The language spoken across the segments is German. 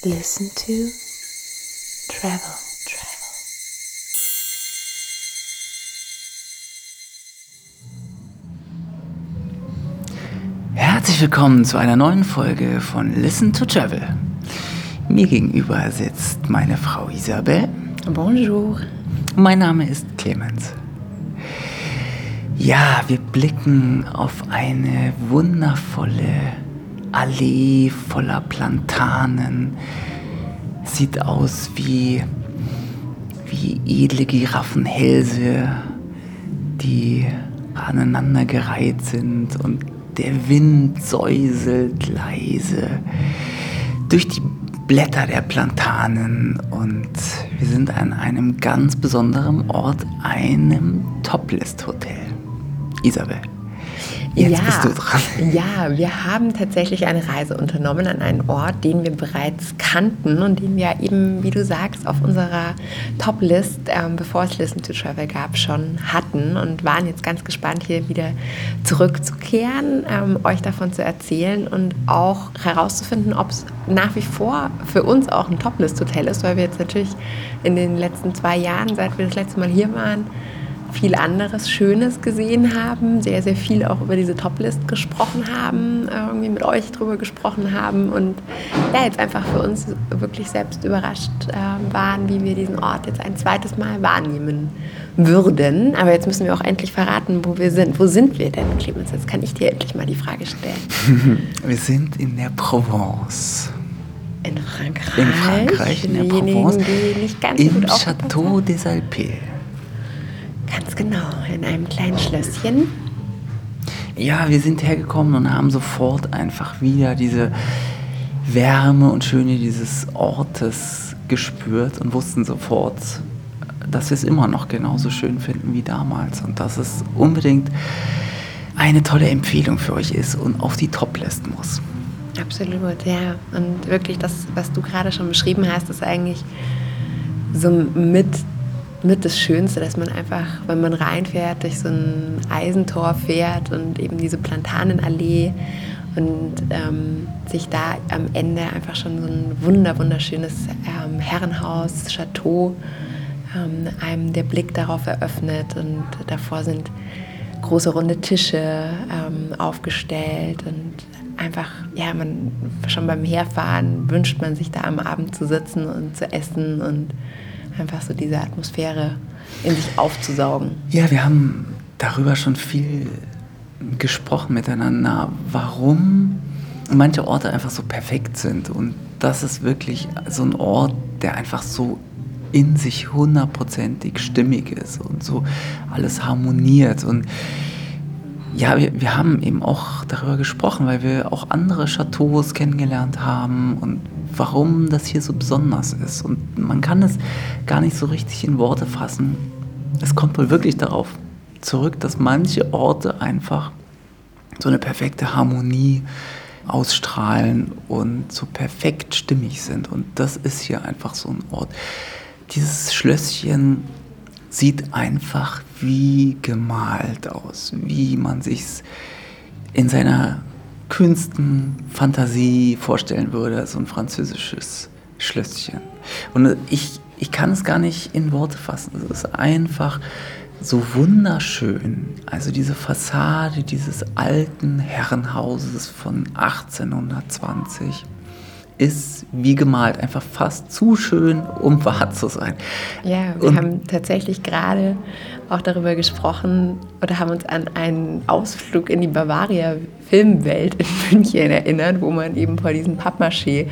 Listen to Travel. Herzlich willkommen zu einer neuen Folge von Listen to Travel. Mir gegenüber sitzt meine Frau Isabel. Bonjour. Mein Name ist Clemens. Ja, wir blicken auf eine wundervolle Allee voller Platanen. Sieht aus wie edle Giraffenhälse, die aneinandergereiht sind, und der Wind säuselt leise durch die Blätter der Platanen, und wir sind an einem ganz besonderen Ort, einem Toplist-Hotel. Isabel, jetzt bist du dran. Ja, wir haben tatsächlich eine Reise unternommen an einen Ort, den wir bereits kannten und den wir eben, wie du sagst, auf unserer Top-List, bevor es Listen to Travel gab, schon hatten, und waren jetzt ganz gespannt, hier wieder zurückzukehren, euch davon zu erzählen und auch herauszufinden, ob es nach wie vor für uns auch ein Top-List-Hotel ist, weil wir jetzt natürlich in den letzten 2 Jahren, seit wir das letzte Mal hier waren, viel anderes Schönes gesehen haben, sehr, sehr viel auch über diese Top-List gesprochen haben, irgendwie mit euch drüber gesprochen haben und ja, jetzt einfach für uns wirklich selbst überrascht waren, wie wir diesen Ort jetzt ein zweites Mal wahrnehmen würden. Aber jetzt müssen wir auch endlich verraten, wo wir sind. Wo sind wir denn, Clemens? Jetzt kann ich dir endlich mal die Frage stellen. Wir sind in der Provence. In Frankreich. In Frankreich, in der Provence. Die nicht ganz Im gut Château des Alpes. Ganz genau, in einem kleinen Schlösschen. Ja, wir sind hergekommen und haben sofort einfach wieder diese Wärme und Schöne dieses Ortes gespürt und wussten sofort, dass wir es immer noch genauso schön finden wie damals und dass es unbedingt eine tolle Empfehlung für euch ist und auf die Top-List muss. Absolut, ja. Und wirklich das, was du gerade schon beschrieben hast, ist eigentlich so mit das Schönste, dass man einfach, wenn man reinfährt, durch so ein Eisentor fährt und eben diese Platanenallee und sich da am Ende einfach schon so ein wunderschönes Herrenhaus, Chateau, einem der Blick darauf eröffnet, und davor sind große runde Tische aufgestellt und einfach, ja, man schon beim Herfahren wünscht man sich da am Abend zu sitzen und zu essen und einfach so diese Atmosphäre in sich aufzusaugen. Ja, wir haben darüber schon viel gesprochen miteinander, warum manche Orte einfach so perfekt sind. Und das ist wirklich so ein Ort, der einfach so in sich 100%ig stimmig ist und so alles harmoniert. Und ja, wir haben eben auch darüber gesprochen, weil wir auch andere Chateaus kennengelernt haben und warum das hier so besonders ist. Und man kann es gar nicht so richtig in Worte fassen. Es kommt wohl wirklich darauf zurück, dass manche Orte einfach so eine perfekte Harmonie ausstrahlen und so perfekt stimmig sind. Und das ist hier einfach so ein Ort. Dieses Schlösschen sieht einfach wie gemalt aus, wie man sich's in seiner kühnsten Fantasie vorstellen würde, so ein französisches Schlösschen. Und ich kann es gar nicht in Worte fassen. Es ist einfach so wunderschön. Also diese Fassade dieses alten Herrenhauses von 1820 ist wie gemalt, einfach fast zu schön, um wahr zu sein. Ja, wir haben tatsächlich gerade auch darüber gesprochen oder haben uns an einen Ausflug in die Bavaria Filmwelt in München erinnert, wo man eben vor diesen Pappmaché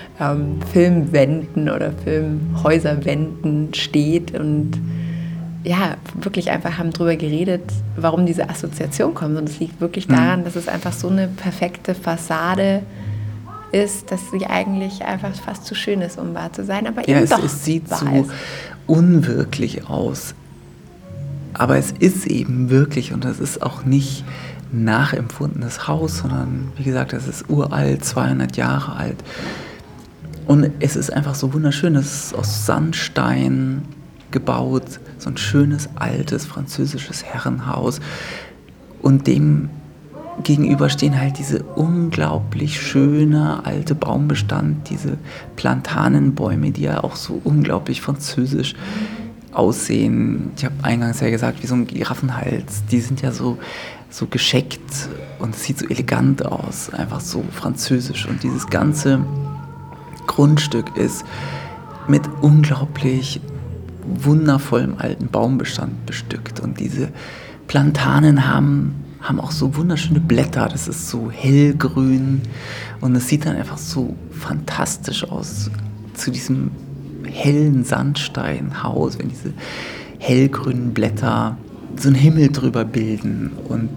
Filmwänden oder Filmhäuserwänden steht und ja, wirklich einfach haben drüber geredet, warum diese Assoziation kommt. Und es liegt wirklich daran, dass es einfach so eine perfekte Fassade ist, dass sie eigentlich einfach fast zu schön ist, um wahr zu sein, aber eben doch es sieht so ist. unwirklich aus. Aber es ist eben wirklich, und das ist auch nicht nachempfundenes Haus, sondern wie gesagt, das ist uralt, 200 Jahre alt. Und es ist einfach so wunderschön, es ist aus Sandstein gebaut, so ein schönes, altes, französisches Herrenhaus. Und dem gegenüber stehen halt diese unglaublich schöne alte Baumbestand, diese Platanenbäume, die ja auch so unglaublich französisch aussehen. Ich habe eingangs ja gesagt, wie so ein Giraffenhals. Die sind ja so gescheckt und es sieht so elegant aus, einfach so französisch. Und dieses ganze Grundstück ist mit unglaublich wundervollem alten Baumbestand bestückt. Und diese Platanen haben auch so wunderschöne Blätter. Das ist so hellgrün und es sieht dann einfach so fantastisch aus zu diesem hellen Sandsteinhaus, wenn diese hellgrünen Blätter so einen Himmel drüber bilden. Und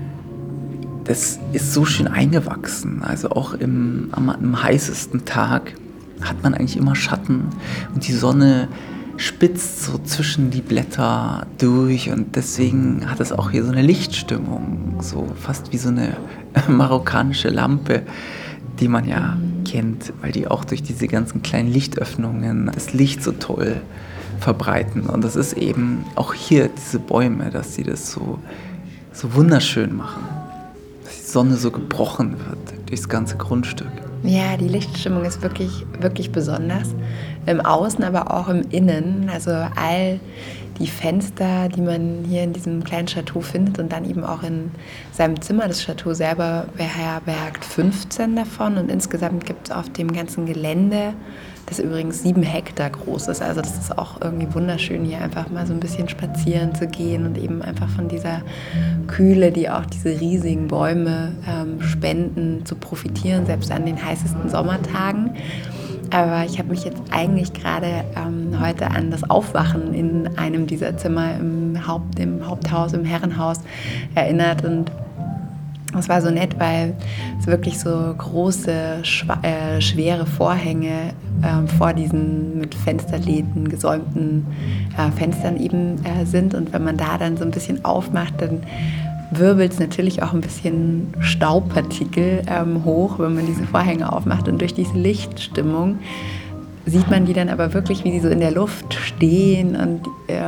das ist so schön eingewachsen. Also auch am heißesten Tag hat man eigentlich immer Schatten und die Sonne spitzt so zwischen die Blätter durch und deswegen hat es auch hier so eine Lichtstimmung, so fast wie so eine marokkanische Lampe, die man ja kennt, weil die auch durch diese ganzen kleinen Lichtöffnungen das Licht so toll verbreiten. Und das ist eben auch hier diese Bäume, dass sie das so wunderschön machen, dass die Sonne so gebrochen wird durchs ganze Grundstück. Ja, die Lichtstimmung ist wirklich, wirklich besonders. Im Außen, aber auch im Innen. Also all die Fenster, die man hier in diesem kleinen Chateau findet und dann eben auch in seinem Zimmer. Das Chateau selber beherbergt 15 davon und insgesamt gibt es auf dem ganzen Gelände, das übrigens 7 Hektar groß ist. Also das ist auch irgendwie wunderschön, hier einfach mal so ein bisschen spazieren zu gehen und eben einfach von dieser Kühle, die auch diese riesigen Bäume spenden, zu profitieren, selbst an den heißesten Sommertagen. Aber ich habe mich jetzt eigentlich gerade heute an das Aufwachen in einem dieser Zimmer im Haupthaus, im Herrenhaus erinnert. Und das war so nett, weil es wirklich so große, schwere Vorhänge vor diesen mit Fensterläden gesäumten Fenstern eben sind. Und wenn man da dann so ein bisschen aufmacht, dann wirbelt es natürlich auch ein bisschen Staubpartikel hoch, wenn man diese Vorhänge aufmacht. Und durch diese Lichtstimmung sieht man die dann aber wirklich, wie die so in der Luft stehen und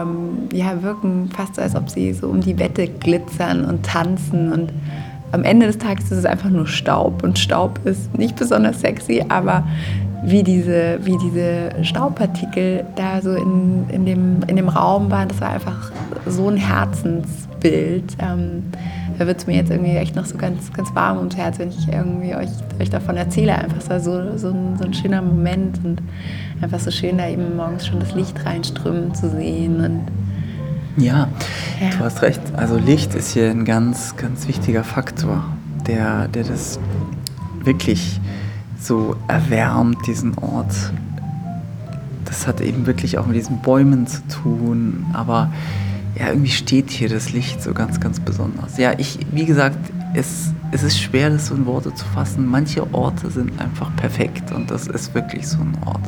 wirken fast so, als ob sie so um die Wette glitzern und tanzen. Und am Ende des Tages ist es einfach nur Staub. Und Staub ist nicht besonders sexy, aber wie diese Staubpartikel da so in dem Raum waren, das war einfach so ein Herzensbild. Da wird es mir jetzt irgendwie echt noch so ganz, ganz warm ums Herz, wenn ich irgendwie euch davon erzähle. Einfach so ein schöner Moment und einfach so schön, da eben morgens schon das Licht reinströmen zu sehen. Und ja, du hast recht. Also Licht ist hier ein ganz, ganz wichtiger Faktor, der das wirklich so erwärmt, diesen Ort. Das hat eben wirklich auch mit diesen Bäumen zu tun, aber ja, irgendwie steht hier das Licht so ganz, ganz besonders. Ja, wie gesagt, es ist schwer, das so in Worte zu fassen. Manche Orte sind einfach perfekt und das ist wirklich so ein Ort.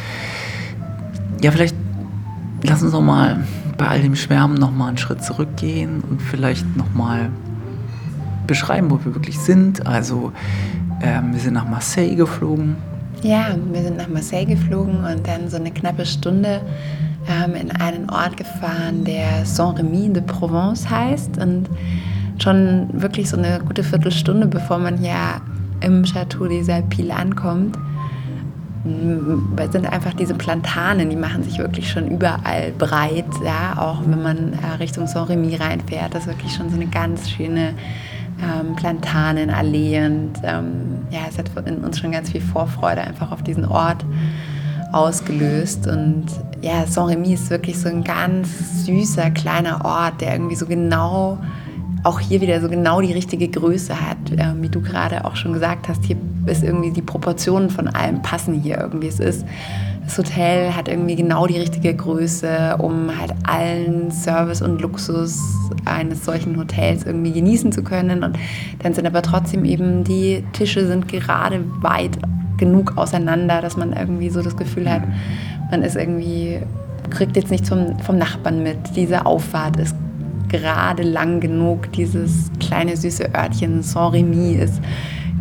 Ja, vielleicht lass uns noch mal bei all dem Schwärmen noch mal einen Schritt zurückgehen und vielleicht noch mal beschreiben, wo wir wirklich sind. Also wir sind nach Marseille geflogen. Ja, wir sind nach Marseille geflogen und dann so eine knappe Stunde in einen Ort gefahren, der Saint-Rémy de Provence heißt. Und schon wirklich so eine gute Viertelstunde, bevor man hier im Château des Alpilles ankommt, sind einfach diese Platanen, die machen sich wirklich schon überall breit. Ja? Auch wenn man Richtung Saint-Rémy reinfährt, das ist wirklich schon so eine ganz schöne Platanenallee. Und es hat in uns schon ganz viel Vorfreude einfach auf diesen Ort ausgelöst. Und ja, Saint-Rémy ist wirklich so ein ganz süßer, kleiner Ort, der irgendwie so genau, auch hier wieder so genau die richtige Größe hat. Wie du gerade auch schon gesagt hast, hier ist irgendwie die Proportionen von allem passen hier irgendwie. Das Hotel hat irgendwie genau die richtige Größe, um halt allen Service und Luxus eines solchen Hotels irgendwie genießen zu können. Und dann sind aber trotzdem eben die Tische sind gerade weit genug auseinander, dass man irgendwie so das Gefühl hat, man ist irgendwie, kriegt jetzt nichts vom Nachbarn mit. Diese Auffahrt ist gerade lang genug. Dieses kleine süße Örtchen Saint-Rémy ist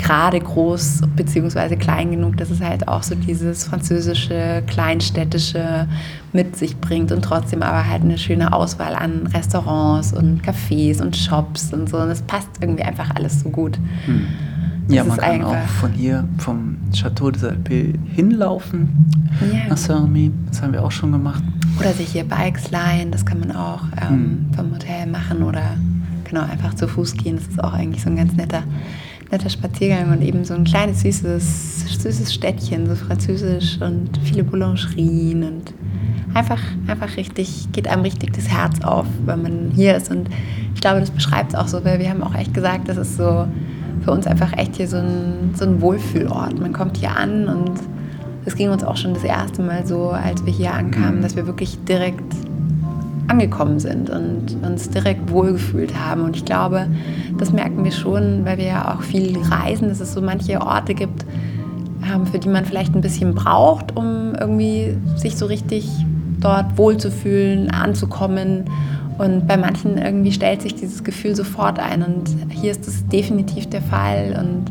gerade groß bzw. klein genug, dass es halt auch so dieses französische, kleinstädtische mit sich bringt und trotzdem aber halt eine schöne Auswahl an Restaurants und Cafés und Shops und so. Und das passt irgendwie einfach alles so gut. Ja, man kann auch von hier, vom Château des Alpes hinlaufen nach Saint-Remy. Das haben wir auch schon gemacht. Oder sich hier Bikes leihen, das kann man auch vom Hotel machen oder genau einfach zu Fuß gehen. Das ist auch eigentlich so ein ganz netter Spaziergang und eben so ein kleines, süßes Städtchen, so französisch und viele Boulangerien und einfach richtig, geht einem richtig das Herz auf, wenn man hier ist. Und ich glaube, das beschreibt es auch so, weil wir haben auch echt gesagt, das ist so für uns einfach echt hier so ein Wohlfühlort. Man kommt hier an und es ging uns auch schon das erste Mal so, als wir hier ankamen, dass wir wirklich direkt angekommen sind und uns direkt wohlgefühlt haben. Und ich glaube, das merken wir schon, weil wir ja auch viel reisen, dass es so manche Orte gibt, für die man vielleicht ein bisschen braucht, um irgendwie sich so richtig dort wohlzufühlen, anzukommen. Und bei manchen irgendwie stellt sich dieses Gefühl sofort ein. Und hier ist das definitiv der Fall. Und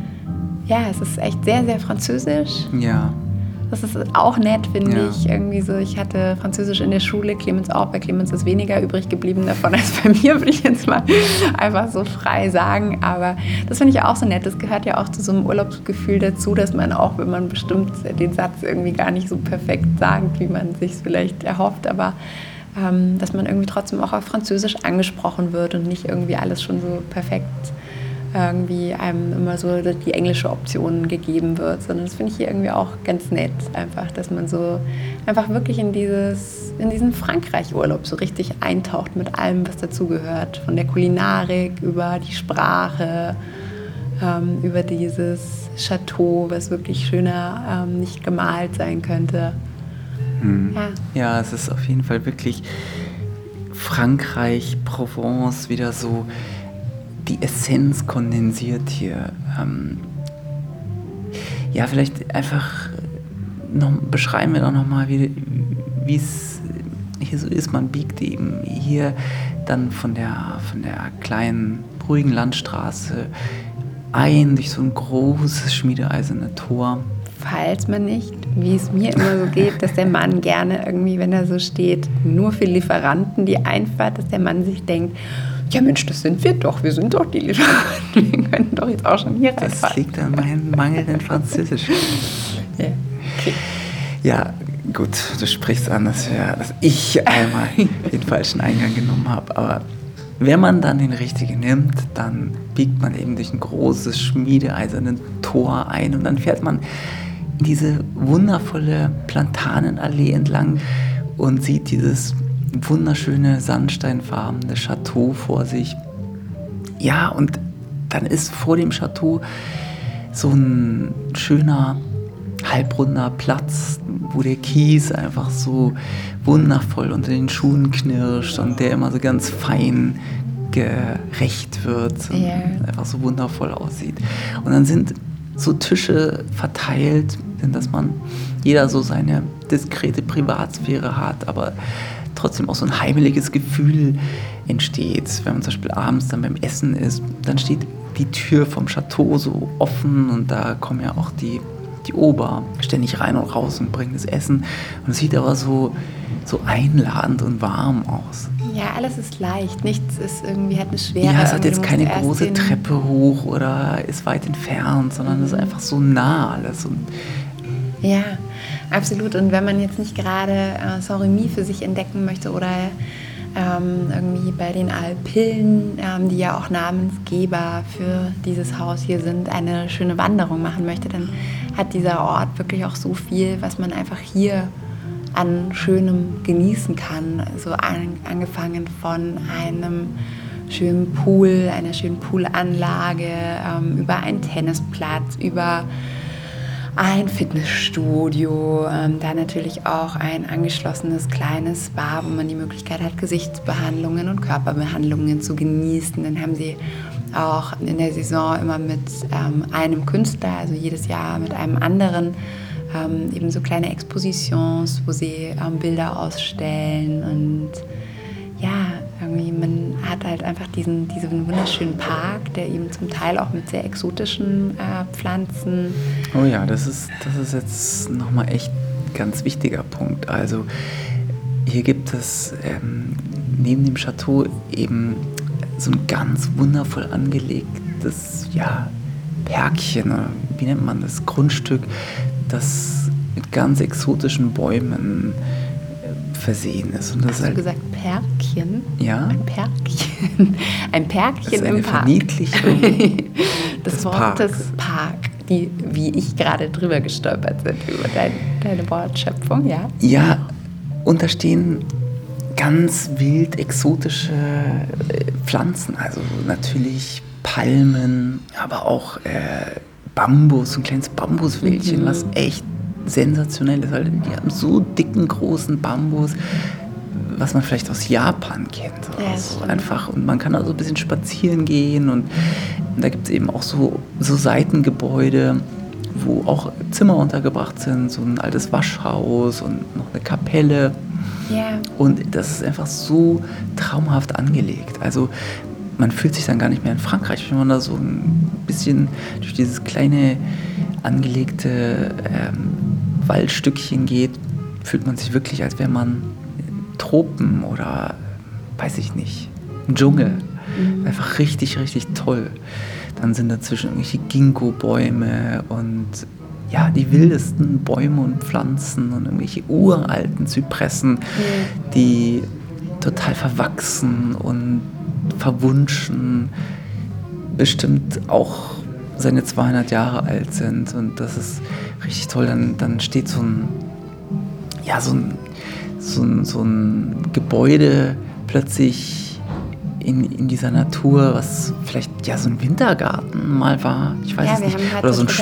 ja, es ist echt sehr, sehr französisch. Ja. Das ist auch nett, finde ich. Irgendwie so, ich hatte Französisch in der Schule, Clemens auch. Bei Clemens ist weniger übrig geblieben davon als bei mir, würde ich jetzt mal einfach so frei sagen. Aber das finde ich auch so nett. Das gehört ja auch zu so einem Urlaubsgefühl dazu, dass man auch, wenn man bestimmt den Satz irgendwie gar nicht so perfekt sagt, wie man sich es vielleicht erhofft, aber dass man irgendwie trotzdem auch auf Französisch angesprochen wird und nicht irgendwie alles schon so perfekt irgendwie einem immer so die englische Option gegeben wird, sondern das finde ich hier irgendwie auch ganz nett, einfach, dass man so einfach wirklich in diesen Frankreich-Urlaub so richtig eintaucht mit allem, was dazugehört, von der Kulinarik über die Sprache, über dieses Chateau, was wirklich schöner nicht gemalt sein könnte. Ja, es ist auf jeden Fall wirklich Frankreich, Provence, wieder so die Essenz kondensiert hier. Ja, vielleicht einfach beschreiben wir doch nochmal, wie es hier so ist. Man biegt eben hier dann von der kleinen, ruhigen Landstraße ein durch so ein großes schmiedeeiserne Tor. Falls man nicht, wie es mir immer so geht, dass der Mann gerne irgendwie, wenn er so steht, nur für Lieferanten die Einfahrt, dass der Mann sich denkt, ja Mensch, das sind wir doch, wir sind doch die Lieferanten, wir können doch jetzt auch schon hier reinfahren. Das liegt an meinem mangelnden Französisch. Ja, okay. Ja, gut, du sprichst an, dass ich einmal den falschen Eingang genommen habe, aber wenn man dann den richtigen nimmt, dann biegt man eben durch ein großes schmiedeeisernes Tor ein und dann fährt man diese wundervolle Platanenallee entlang und sieht dieses wunderschöne sandsteinfarbene Chateau vor sich. Ja, und dann ist vor dem Chateau so ein schöner halbrunder Platz, wo der Kies einfach so wundervoll unter den Schuhen knirscht und der immer so ganz fein gerecht wird und einfach so wundervoll aussieht. Und dann sind so Tische verteilt, dass jeder so seine diskrete Privatsphäre hat, aber trotzdem auch so ein heimeliges Gefühl entsteht. Wenn man zum Beispiel abends dann beim Essen ist, dann steht die Tür vom Chateau so offen und da kommen ja auch die Ober ständig rein und raus und bringen das Essen. Und es sieht aber so einladend und warm aus. Ja, alles ist leicht. Nichts ist irgendwie, hat eine Schwere. Ja, es hat jetzt keine große Treppe hoch oder ist weit entfernt, sondern es ist einfach so nah alles. Und ja, absolut. Und wenn man jetzt nicht gerade Saint-Remy für sich entdecken möchte oder irgendwie bei den Alpillen, die ja auch Namensgeber für dieses Haus hier sind, eine schöne Wanderung machen möchte, dann hat dieser Ort wirklich auch so viel, was man einfach hier an Schönem genießen kann. Also angefangen von einem schönen Pool, einer schönen Poolanlage, über einen Tennisplatz, über ein Fitnessstudio, da natürlich auch ein angeschlossenes kleines Spa, wo man die Möglichkeit hat, Gesichtsbehandlungen und Körperbehandlungen zu genießen. Dann haben sie auch in der Saison immer mit einem Künstler, also jedes Jahr mit einem anderen, eben so kleine Expositions, wo sie Bilder ausstellen und ja, irgendwie man hat halt einfach diesen wunderschönen Park, der eben zum Teil auch mit sehr exotischen Pflanzen. Oh ja, das ist jetzt nochmal echt ein ganz wichtiger Punkt. Also hier gibt es neben dem Chateau eben so ein ganz wundervoll angelegtes, ja, Pärkchen, oder wie nennt man das, Grundstück, das mit ganz exotischen Bäumen versehen ist. Und das Hast du gesagt Pärkchen? Ja. Ein Pärkchen. Ein Pärkchen im Park. Verniedlichung des Wortes Park, die, wie ich gerade drüber gestolpert sind, über deine Wortschöpfung, ja? Ja, und da stehen ganz wild exotische Pflanzen, also natürlich Palmen, aber auch Bambus, so ein kleines Bambuswäldchen, was echt sensationell ist. Die haben so dicken, großen Bambus, was man vielleicht aus Japan kennt. Ja, so einfach. Und man kann also ein bisschen spazieren gehen und da gibt es eben auch so Seitengebäude, wo auch Zimmer untergebracht sind, so ein altes Waschhaus und noch eine Kapelle. Ja. Und das ist einfach so traumhaft angelegt. Also man fühlt sich dann gar nicht mehr in Frankreich, wenn man da so ein bisschen durch dieses kleine angelegte Waldstückchen geht, fühlt man sich wirklich, als wäre man in Tropen oder, weiß ich nicht, im Dschungel. Einfach richtig, richtig toll. Dann sind dazwischen irgendwelche Ginkgo-Bäume und ja, die wildesten Bäume und Pflanzen und irgendwelche uralten Zypressen, die total verwachsen und verwunschen, bestimmt auch seine 200 Jahre alt sind, und das ist richtig toll. Dann steht so ein Gebäude plötzlich in dieser Natur, was vielleicht ja so ein Wintergarten mal war, ich weiß es nicht, halt oder so ein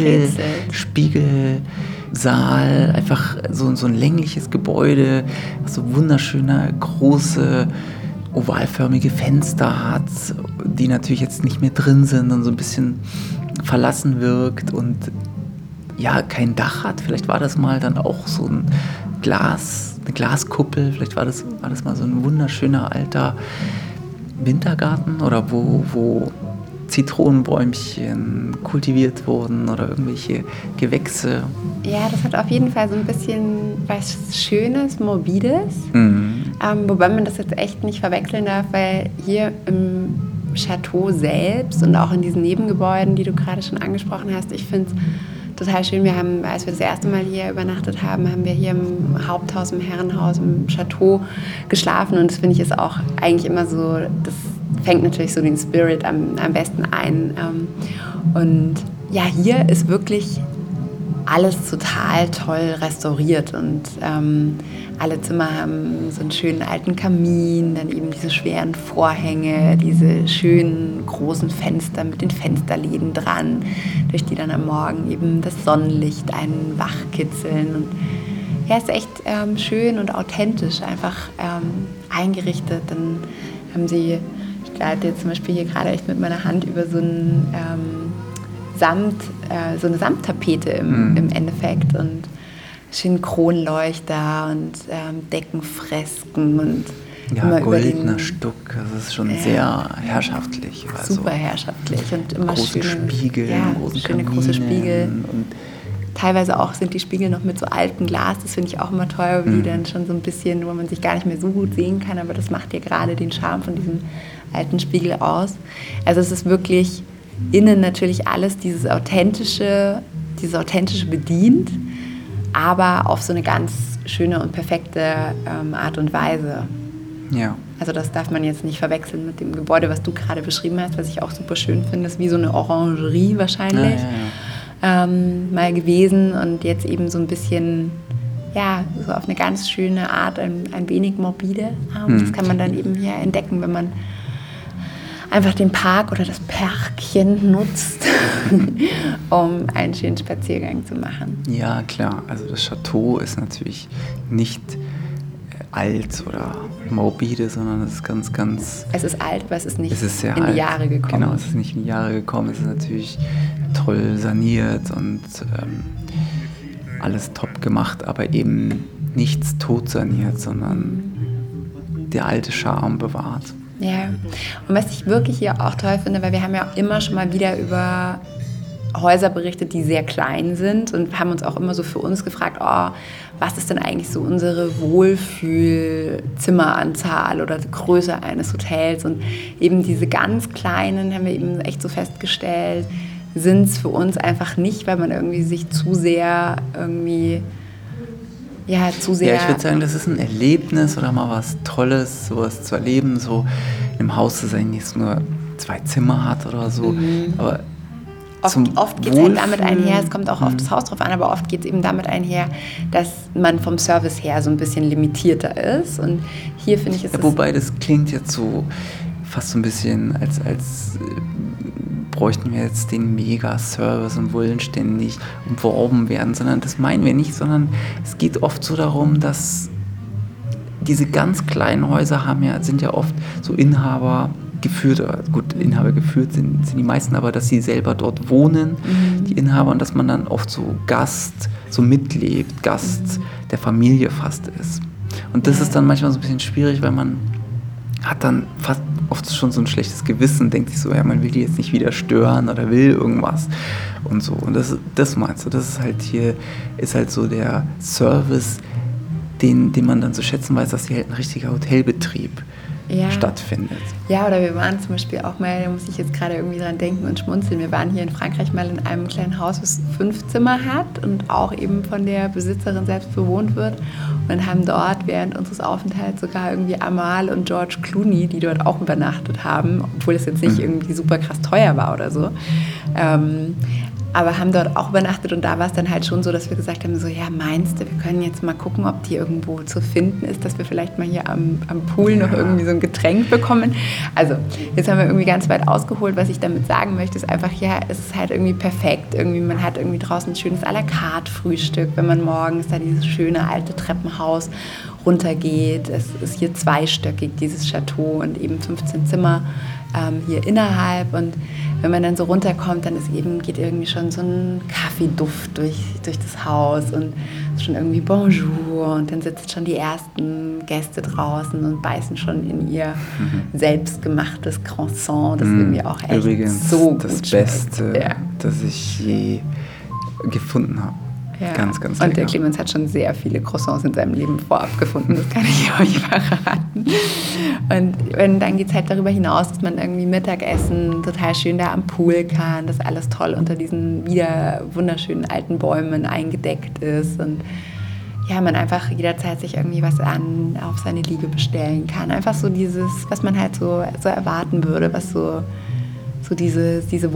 Spiegelsaal, einfach so ein längliches Gebäude, was so wunderschöne, große, ovalförmige Fenster hat, die natürlich jetzt nicht mehr drin sind und so ein bisschen verlassen wirkt und ja, kein Dach hat. Vielleicht war das mal dann auch so eine Glaskuppel, vielleicht war das mal so ein wunderschöner alter Wintergarten oder wo Zitronenbäumchen kultiviert wurden oder irgendwelche Gewächse. Ja, das hat auf jeden Fall so ein bisschen was Schönes, Morbides. Wobei man das jetzt echt nicht verwechseln darf, weil hier im Chateau selbst und auch in diesen Nebengebäuden, die du gerade schon angesprochen hast, ich finde es total schön. Wir haben, als wir das erste Mal hier übernachtet haben, haben wir hier im Haupthaus, im Herrenhaus, im Chateau geschlafen, und das finde ich ist auch eigentlich immer so, das fängt natürlich so den Spirit am besten ein. Und ja, hier ist wirklich alles total toll restauriert und alle Zimmer haben so einen schönen alten Kamin, dann eben diese schweren Vorhänge, diese schönen großen Fenster mit den Fensterläden dran, durch die dann am Morgen eben das Sonnenlicht einen wachkitzeln. Und ja, ist echt schön und authentisch einfach eingerichtet. Dann haben sie, ich gleite jetzt zum Beispiel hier gerade echt mit meiner Hand über so ein so eine Samttapete im Endeffekt und schönen Kronleuchter und Deckenfresken und ja, goldener Stuck, das ist schon sehr herrschaftlich. Super herrschaftlich und immer große Spiegel, schöne große Spiegel. Und teilweise auch sind die Spiegel noch mit so altem Glas, das finde ich auch immer toll, wie dann schon so ein bisschen, wo man sich gar nicht mehr so gut sehen kann, aber das macht ja gerade den Charme von diesem alten Spiegel aus. Also es ist wirklich innen natürlich alles dieses authentische bedient, aber auf so eine ganz schöne und perfekte Art und Weise. Ja. Also das darf man jetzt nicht verwechseln mit dem Gebäude, was du gerade beschrieben hast, was ich auch super schön finde. Das ist wie so eine Orangerie wahrscheinlich mal gewesen und jetzt eben so ein bisschen, ja, so auf eine ganz schöne Art, ein wenig morbide. Das kann man dann eben hier entdecken, wenn man einfach den Park oder das Pärkchen nutzt, um einen schönen Spaziergang zu machen. Ja, klar. Also das Chateau ist natürlich nicht alt oder morbide, sondern es ist ganz, ganz... Es ist alt, aber es ist nicht sehr in die Jahre gekommen. Genau, es ist nicht in die Jahre gekommen. Es ist natürlich toll saniert und alles top gemacht, aber eben nichts tot saniert, sondern der alte Charme bewahrt. Ja, und was ich wirklich hier auch toll finde, weil wir haben ja immer schon mal wieder über Häuser berichtet, die sehr klein sind und haben uns auch immer so für uns gefragt, was ist denn eigentlich so unsere Wohlfühlzimmeranzahl oder die Größe eines Hotels, und eben diese ganz kleinen, haben wir eben echt so festgestellt, sind es für uns einfach nicht, weil man irgendwie sich zu sehr irgendwie, ja, zu sehr... Ja, ich würde sagen, das ist ein Erlebnis oder mal was Tolles, sowas zu erleben, so in einem Haus zu sein, das nur 2 Zimmer hat oder so, aber Oft geht es halt damit einher, es kommt auch auf das Haus drauf an, aber oft geht es eben damit einher, dass man vom Service her so ein bisschen limitierter ist. Und hier finde ich es... Ja, wobei das klingt jetzt so fast so ein bisschen, als bräuchten wir jetzt den Mega-Service und wollen ständig umworben werden, sondern das meinen wir nicht, sondern es geht oft so darum, dass diese ganz kleinen Häuser sind ja oft so Inhaber geführt sind die meisten, aber dass sie selber dort wohnen, die Inhaber, und dass man dann oft so Gast, so mitlebt, Gast der Familie fast ist. Und das ist dann manchmal so ein bisschen schwierig, weil man hat dann fast oft schon so ein schlechtes Gewissen, denkt sich so, ja, man will die jetzt nicht wieder stören oder will irgendwas und so. Und das meinst du, das ist halt hier, ist halt so der Service, den man dann zu schätzen weiß, dass hier halt ein richtiger Hotelbetrieb stattfindet. Ja, oder wir waren zum Beispiel auch mal, da muss ich jetzt gerade irgendwie dran denken und schmunzeln, wir waren hier in Frankreich mal in einem kleinen Haus, das 5 Zimmer hat und auch eben von der Besitzerin selbst bewohnt wird, und haben dort während unseres Aufenthalts sogar irgendwie Amal und George Clooney, die dort auch übernachtet haben, obwohl es jetzt nicht irgendwie super krass teuer war oder so. Aber haben dort auch übernachtet, und da war es dann halt schon so, dass wir gesagt haben, so, ja, meinst du, wir können jetzt mal gucken, ob die irgendwo zu finden ist, dass wir vielleicht mal hier am Pool noch irgendwie so ein Getränk bekommen. Also jetzt haben wir irgendwie ganz weit ausgeholt. Was ich damit sagen möchte, ist einfach, ja, es ist halt irgendwie perfekt. Irgendwie, man hat irgendwie draußen ein schönes à la carte Frühstück, wenn man morgens da dieses schöne alte Treppenhaus runtergeht. Es ist hier zweistöckig, dieses Chateau, und eben 15 Zimmer hier innerhalb, und wenn man dann so runterkommt, dann geht irgendwie schon so ein Kaffeeduft durch das Haus und schon irgendwie Bonjour, und dann sitzen schon die ersten Gäste draußen und beißen schon in ihr selbstgemachtes Croissant, das irgendwie auch echt übrigens so gut das schmeckt. Beste, das ich je gefunden habe. Ja. Ganz, ganz und lecker. der Clemens hat schon sehr viele Croissants in seinem Leben vorab gefunden, das kann ich euch verraten. Und dann geht es halt darüber hinaus, dass man irgendwie Mittagessen total schön da am Pool kann, dass alles toll unter diesen wieder wunderschönen alten Bäumen eingedeckt ist, und ja, man einfach jederzeit sich irgendwie was auf seine Liege bestellen kann. Einfach so dieses, was man halt so erwarten würde, was so diese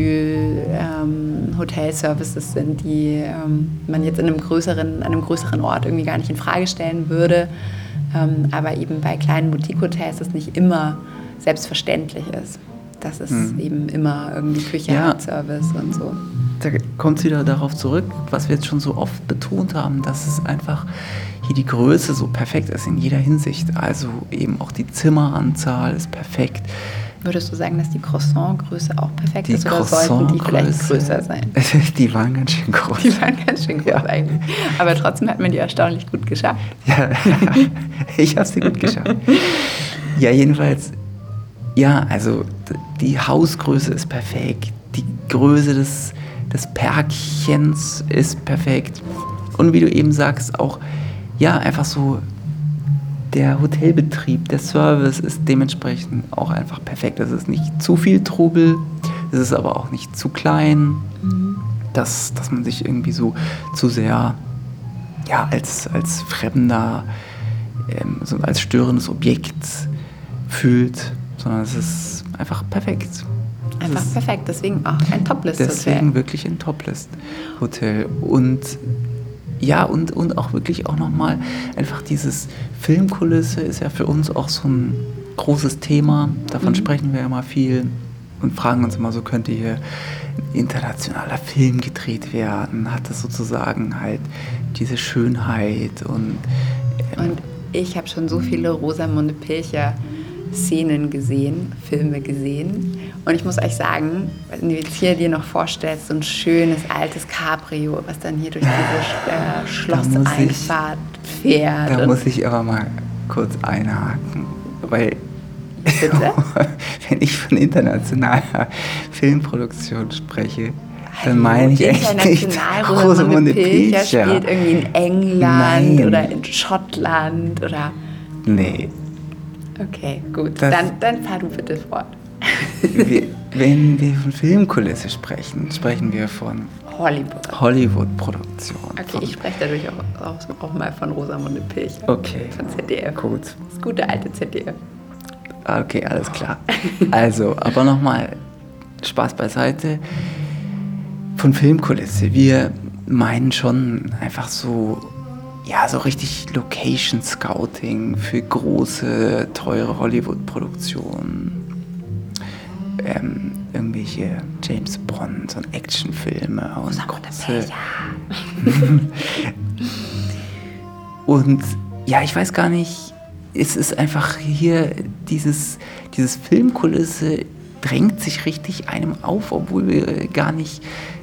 Wohlfühl-Hotel-Services sind, die man jetzt an einem größeren Ort irgendwie gar nicht in Frage stellen würde, aber eben bei kleinen Boutique-Hotels es nicht immer selbstverständlich ist, dass es eben immer irgendwie Küche hat, Service und so. Da kommt es wieder darauf zurück, was wir jetzt schon so oft betont haben, dass es einfach hier die Größe so perfekt ist in jeder Hinsicht. Also eben auch die Zimmeranzahl ist perfekt. Würdest du sagen, dass die Croissant-Größe auch perfekt ist, oder sollten die vielleicht größer sein? Die waren ganz schön groß. Die waren ganz schön groß eigentlich. Aber trotzdem hat man die erstaunlich gut geschafft. Ja, ich habe sie gut geschafft. Ja, jedenfalls, ja, also die Hausgröße ist perfekt. Die Größe des Pärchens ist perfekt. Und wie du eben sagst, auch, ja, einfach so, der Hotelbetrieb, der Service ist dementsprechend auch einfach perfekt. Es ist nicht zu viel Trubel, es ist aber auch nicht zu klein, dass man sich irgendwie so zu sehr als Fremder, so als störendes Objekt fühlt, sondern es ist einfach perfekt. Einfach perfekt, deswegen auch ein Toplist-Hotel. Deswegen wirklich ein Toplist-Hotel. Und ja, und auch wirklich auch nochmal einfach dieses Filmkulisse ist ja für uns auch so ein großes Thema. Davon sprechen wir ja immer viel und fragen uns immer so, könnte hier ein internationaler Film gedreht werden? Hat das sozusagen halt diese Schönheit und ich habe schon so viele Rosamunde Pilcher Filme gesehen. Und ich muss euch sagen, wenn du jetzt hier dir noch vorstellst, so ein schönes altes Cabrio, was dann hier durch diese Schlosseinfahrt fährt. Da muss ich aber mal kurz einhaken, weil Bitte? Wenn ich von internationaler Filmproduktion spreche, dann meine ich echt nicht Rosamunde Pilcher spielt irgendwie in England Nein. oder in Schottland oder... Nee. Okay, gut. Dann fahr du bitte fort. Wenn wir von Filmkulisse sprechen, sprechen wir von Hollywood-Produktion. Okay, ich spreche dadurch auch mal von Rosamunde Pilcher. Okay. Von ZDF. Gut. Das gute alte ZDF. Okay, alles klar. Also, aber nochmal, Spaß beiseite. Von Filmkulisse. Wir meinen schon einfach so richtig Location Scouting für große, teure Hollywood-Produktionen. Irgendwelche James Bond und Actionfilme und große. Und ja, ich weiß gar nicht, es ist einfach hier dieses Filmkulisse drängt sich richtig einem auf, obwohl wir gar nicht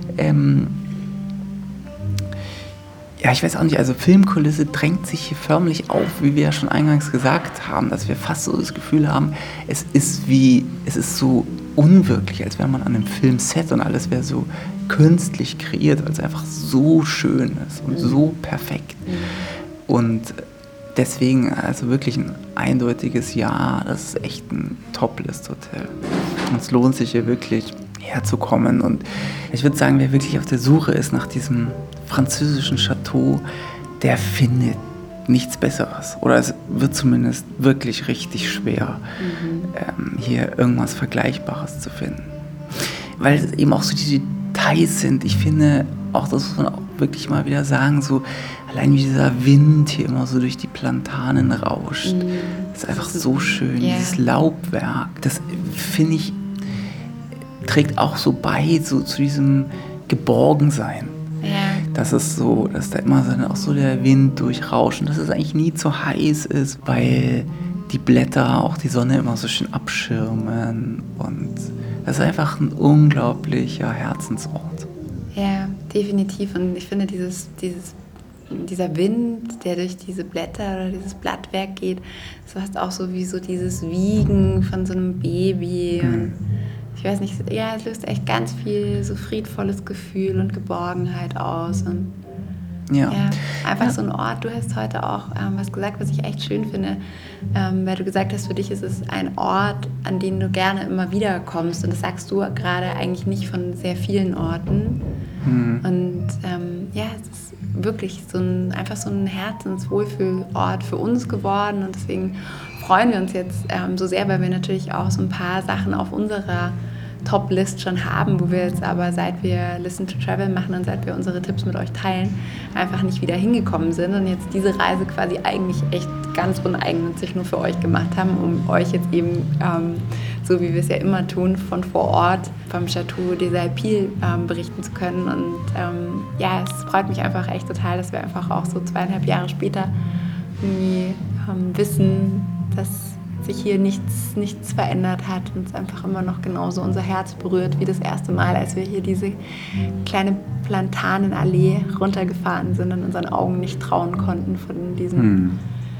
ich weiß auch nicht, also Filmkulisse drängt sich hier förmlich auf, wie wir ja schon eingangs gesagt haben, dass wir fast so das Gefühl haben, es ist so unwirklich, als wäre man an einem Filmset und alles wäre so künstlich kreiert, weil es einfach so schön ist und so perfekt. Und deswegen also wirklich ein eindeutiges Ja, das ist echt ein Top-List-Hotel. Und es lohnt sich hier wirklich herzukommen. Und ich würde sagen, wer wirklich auf der Suche ist nach diesem französischen Chateau, der findet nichts Besseres. Oder es wird zumindest wirklich richtig schwer, hier irgendwas Vergleichbares zu finden. Weil es eben auch so die Details sind. Ich finde, auch das muss man auch wirklich mal wieder sagen, so allein wie dieser Wind hier immer so durch die Platanen rauscht. Das ist einfach so schön, dieses Laubwerk. Das, finde ich, trägt auch so bei so zu diesem Geborgensein. Ja. Das ist so, dass da immer auch so der Wind durchrauscht und dass es eigentlich nie zu heiß ist, weil die Blätter auch die Sonne immer so schön abschirmen und das ist einfach ein unglaublicher Herzensort. Ja, definitiv. Und ich finde dieser Wind, der durch diese Blätter oder dieses Blattwerk geht, so hast auch so wie so dieses Wiegen von so einem Baby. Und ich weiß nicht, es löst echt ganz viel so friedvolles Gefühl und Geborgenheit aus. Und einfach so ein Ort. Du hast heute auch was gesagt, was ich echt schön finde, weil du gesagt hast, für dich ist es ein Ort, an den du gerne immer wieder kommst. Und das sagst du gerade eigentlich nicht von sehr vielen Orten. Und es ist wirklich einfach so ein Herzenswohlfühlort für uns geworden. Und deswegen freuen wir uns jetzt so sehr, weil wir natürlich auch so ein paar Sachen auf unserer Top-List schon haben, wo wir jetzt aber, seit wir Listen to Travel machen und seit wir unsere Tipps mit euch teilen, einfach nicht wieder hingekommen sind und jetzt diese Reise quasi eigentlich echt ganz uneigennützig nur für euch gemacht haben, um euch jetzt eben, so wie wir es ja immer tun, von vor Ort vom Chateau des Alpilles berichten zu können. Und es freut mich einfach echt total, dass wir einfach auch so 2,5 Jahre später irgendwie wissen, dass sich hier nichts verändert hat und es einfach immer noch genauso unser Herz berührt wie das erste Mal, als wir hier diese kleine Platanenallee runtergefahren sind und unseren Augen nicht trauen konnten von diesem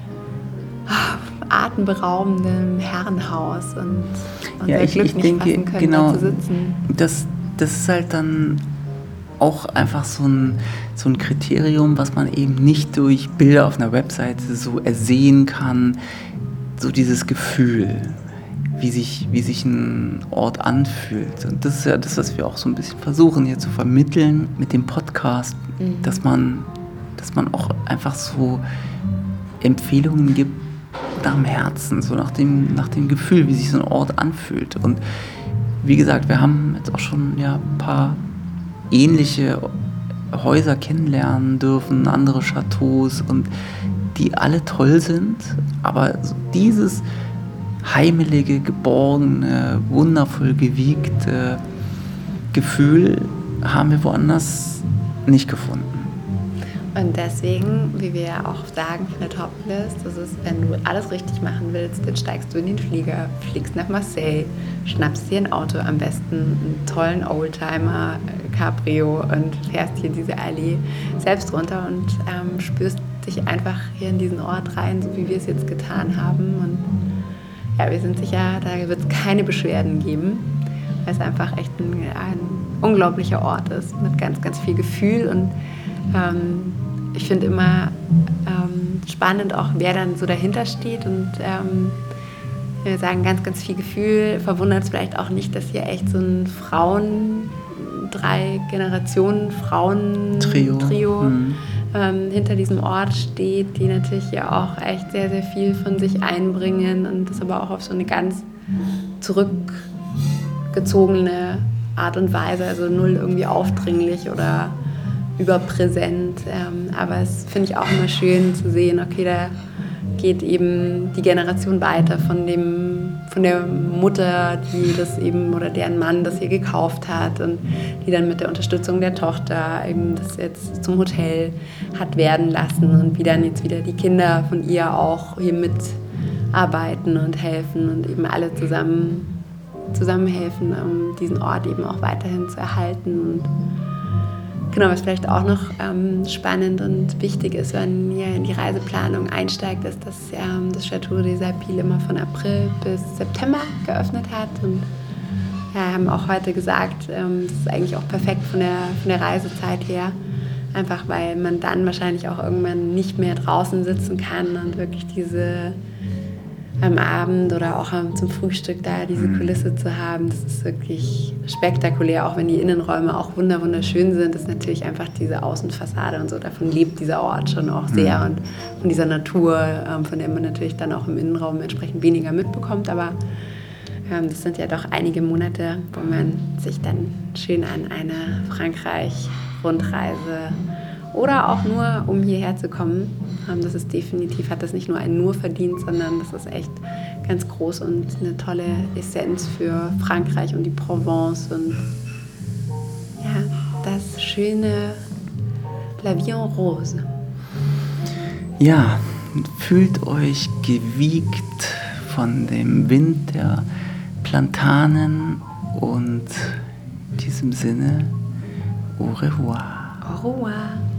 atemberaubenden Herrenhaus und unser Glück nicht fassen können, da zu sitzen. Das ist halt dann auch einfach so ein Kriterium, was man eben nicht durch Bilder auf einer Webseite so ersehen kann, so dieses Gefühl, wie sich ein Ort anfühlt. Und das ist ja das, was wir auch so ein bisschen versuchen hier zu vermitteln mit dem Podcast, dass man auch einfach so Empfehlungen gibt nach dem Herzen, so nach dem Gefühl, wie sich so ein Ort anfühlt. Und wie gesagt, wir haben jetzt auch schon ein paar ähnliche Häuser kennenlernen dürfen, andere Chateaus und die alle toll sind, aber dieses heimelige, geborgene, wundervoll gewiegte Gefühl haben wir woanders nicht gefunden. Und deswegen, wie wir ja auch sagen von der Top-List, das ist, wenn du alles richtig machen willst, dann steigst du in den Flieger, fliegst nach Marseille, schnappst dir ein Auto, am besten einen tollen Oldtimer, Cabrio und fährst hier diese Allee selbst runter und spürst dich einfach hier in diesen Ort rein, so wie wir es jetzt getan haben. Und ja, wir sind sicher, da wird es keine Beschwerden geben, weil es einfach echt ein unglaublicher Ort ist mit ganz, ganz viel Gefühl. Und ich finde immer spannend auch, wer dann so dahinter steht. Und wir sagen ganz, ganz viel Gefühl. Verwundert es vielleicht auch nicht, dass hier echt so ein 3 Generationen Frauen-Trio hinter diesem Ort steht, die natürlich ja auch echt sehr, sehr viel von sich einbringen und das aber auch auf so eine ganz zurückgezogene Art und Weise, also null irgendwie aufdringlich oder überpräsent. Aber es finde ich auch immer schön zu sehen, okay, da geht eben die Generation weiter von der Mutter, die das eben oder deren Mann das hier gekauft hat und die dann mit der Unterstützung der Tochter eben das jetzt zum Hotel hat werden lassen und wie dann jetzt wieder die Kinder von ihr auch hier mitarbeiten und helfen und eben alle zusammen helfen, um diesen Ort eben auch weiterhin zu erhalten. Und genau, was vielleicht auch noch spannend und wichtig ist, wenn ihr in die Reiseplanung einsteigt, ist, dass das Château des Alpilles immer von April bis September geöffnet hat. Und ja, haben auch heute gesagt, das ist eigentlich auch perfekt von der Reisezeit her. Einfach weil man dann wahrscheinlich auch irgendwann nicht mehr draußen sitzen kann und wirklich diese am Abend oder auch zum Frühstück da diese Kulisse zu haben, das ist wirklich spektakulär, auch wenn die Innenräume auch wunderschön sind, ist natürlich einfach diese Außenfassade und so, davon lebt dieser Ort schon auch sehr und von dieser Natur, von der man natürlich dann auch im Innenraum entsprechend weniger mitbekommt, aber das sind ja doch einige Monate, wo man sich dann schön an eine Frankreich-Rundreise oder auch nur, um hierher zu kommen. Das ist definitiv, hat das nicht nur ein Nur verdient, sondern das ist echt ganz groß und eine tolle Essenz für Frankreich und die Provence und ja, das schöne La Vie en Rose. Ja, fühlt euch gewiegt von dem Wind der Platanen und in diesem Sinne, au revoir. Au revoir.